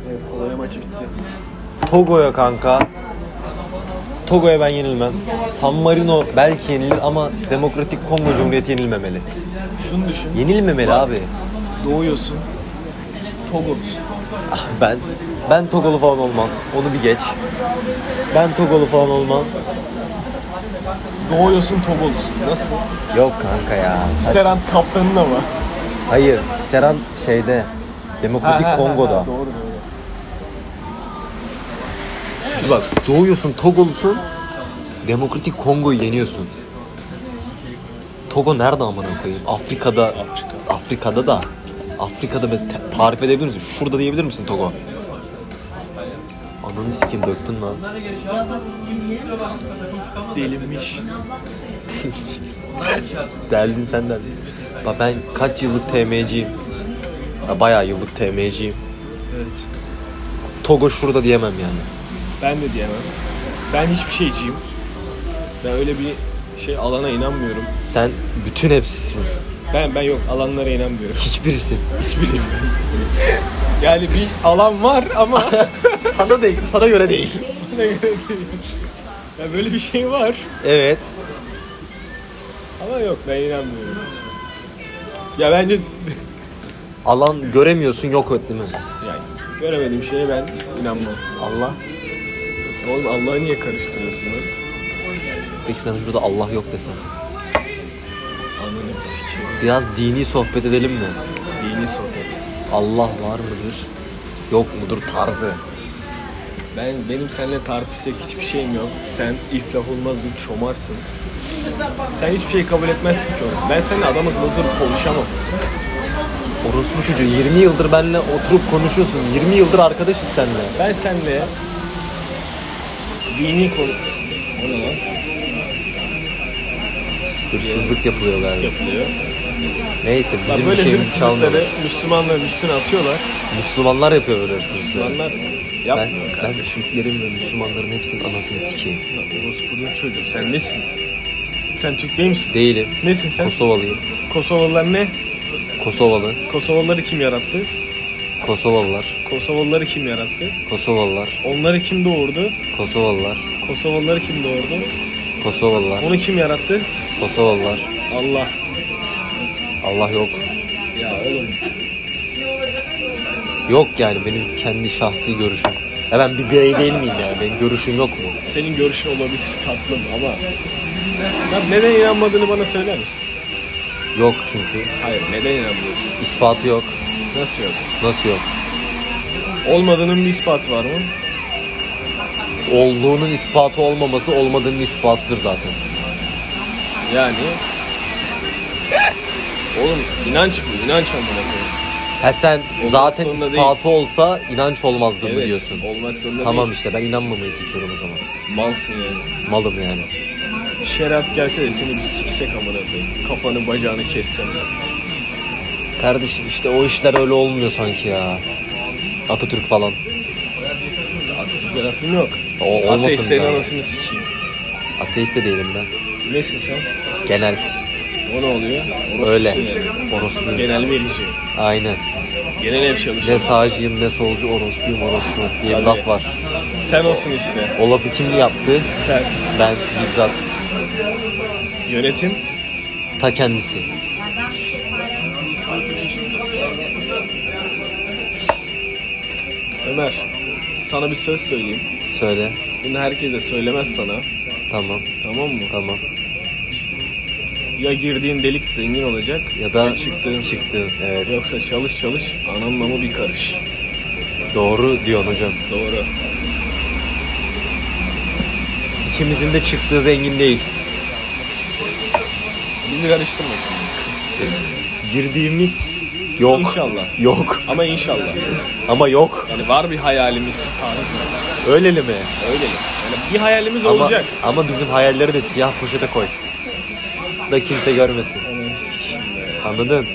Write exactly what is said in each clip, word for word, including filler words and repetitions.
Evet, Polonya maçı bitti. Togo'ya kanka. Togo'ya ben yenilmem. San Marino belki yenilir ama Demokratik Kongo Cumhuriyeti yenilmemeli. Şunu düşün. Yenilmemeli abi. Doğuyorsun. Togolusun. Ah, ben ben Togolu falan olmam. Onu bir geç. Ben Togolu falan olmam. Doğuyorsun Togolusun. Nasıl? Yok kanka ya. Serant kaptanın ama. Hayır, Serhan şeyde Demokratik Ha, ha, Kongo'da. ha, ha, doğru doğru. Bak doğuyorsun Togolusun. Demokratik Kongo'yu yeniyorsun. Togo nerede amına koyayım? Afrika'da. Afrika. Afrika'da da. Afrika'da be, te- tarif edebilir misin? Şurada diyebilir misin Togo? Ananı sikeyim döktün lan. Delinmiş. Deldin sen deldin. Bak ben kaç yıllık T M'ciyim. Ya bayağı yıllık T M'ciyim. Evet. Togo şurada diyemem yani. Ben de diyemem. Ben hiçbir şeyciyim. Ben öyle bir şey alana inanmıyorum. Sen bütün hepsisin. Ben ben yok alanlara inanmıyorum. Hiçbirisin. Hiçbiriyim. Yani bir alan var ama Sana değil, sana göre değil. bana göre değil. Ya böyle bir şey var Evet. ama yok ben inanmıyorum. Ya bence Alan göremiyorsun yok et değil mi? yani göremediğim şeye ben inanmam. Allah. Oğlum Allah'ı niye karıştırıyorsun lan? Peki sana şurada Allah yok desem. Ananı sikeyim. Biraz dini sohbet edelim mi? Dini sohbet. Allah var mıdır? Yok mudur tarzı. Ben benim seninle tartışacak hiçbir şeyim yok. Sen iflah olmaz bir çomarsın. Sen hiçbir şey kabul etmezsin ki oğlum. Ben seninle adam akıllı durup konuşamam. Orospu çocuğu yirmi yıldır benimle oturup konuşuyorsun. yirmi yıldır arkadaşız seninle. Ben seninle dini konu... O ne lan? Hırsızlık yapılıyor galiba. Yapılıyor. Neyse Bak bizim bir böyle şeyimiz çalmadı. hırsızlıkları Müslümanların üstüne atıyorlar. Müslümanlar yapıyor böyle hırsızlığı. Müslümanlar Ben, yapmıyor ben kardeşim. Türklerin ve Müslümanların hepsinin anasını sikeyim. Orospu'nun çocuğu. Sen nesin? Sen Türk değil misin? Değilim. Nesin sen? Kosovalıyım. Kosovalılar ne? Kosovalı. Kosovalıları kim yarattı? Kosovalılar. Kosovalıları kim yarattı? Kosovalılar. Onları kim doğurdu? Kosovalılar. Kosovalıları kim doğurdu? Kosovalılar. Onu kim yarattı? Kosovalılar. Allah. Allah yok. Ya oğlum. Yok yani benim kendi şahsi görüşüm. Ya ben bir birey değil miyim yani? Benim görüşüm yok mu? Senin görüşün olabilir tatlım ama ya neden inanmadığını bana söyler misin? Yok çünkü. Hayır, neden inanmıyorsun? İspatı yok. Nasıl yok? Nasıl yok? Olmadığının bir ispatı var mı? Olduğunun ispatı olmaması olmadığının ispatıdır zaten. Yani oğlum inanç bu, inanç amına koyayım. Ha sen Olmak zaten zorunda ispatı olsa inanç olmazdı mı Evet, diyorsun? olmak zorunda Tamam değil. işte ben inanmamayı seçiyorum o zaman. Malsın yani. Malım yani. Şeref gelse de seni bir siksek amına koyayım. Kafanı bacağını kessem ya. Kardeşim işte o işler öyle olmuyor sanki ya. Atatürk falan. Atatürk'le lafım yok. O olmasın Ateistlerin da. anasını sikeyim. Ateist de değilim ben. Nesin sen? Genel. O ne oluyor? Orospusun Öyle. yani. Orospuyum. Genel verici. Aynen. Genel ev Ne çalışıyor. sağcıyım ne solcu orospuyum orospu diye bir Tabii. laf var. Sen olsun işte. O lafı kim yaptı? Sen. Ben bizzat. Yönetim. Ta kendisi. Ömer. Sana bir söz söyleyeyim. Söyle. Bunu herkes de söylemez sana. Tamam. Tamam mı? Tamam. Ya girdiğin delik zengin olacak Ya da ya çıktığın. çıktı. Evet. Yoksa çalış çalış anamla mı bir karış. Doğru diyorsun hocam. Doğru. İkimizin de çıktığı zengin değil. Bizi karıştırma şimdi. Girdiğimiz yok. İnşallah. Yok. Ama inşallah. Ama yok. Yani var bir hayalimiz tarzı. Öyleli mi? Öyle. Yani bir hayalimiz Ama, olacak. ama bizim hayalleri de siyah poşete koy. Da kimse görmesin. Ananı sikeyim be. Anladın?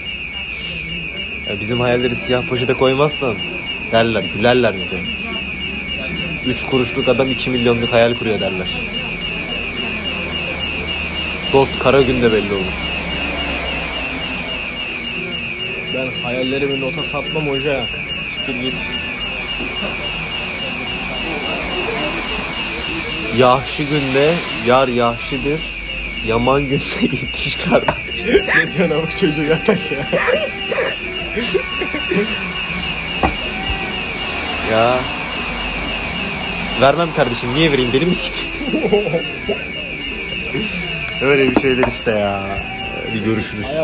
Ya bizim hayalleri siyah poşete koymazsan derler, gülerler bize. Üç kuruşluk adam iki milyonluk hayal kuruyor derler. Dost kara günde belli olur. Ben hayallerimi nota satmam hoca. Siktir git. Yahşi günde yar yahşidir. Yaman günde yetiş kardeş. Ne diyorsun amık çocuğu yat aşağı. Ya. Vermem kardeşim. Niye vereyim? Deli misin? Öyle bir şeyler işte ya. Hadi görüşürüz.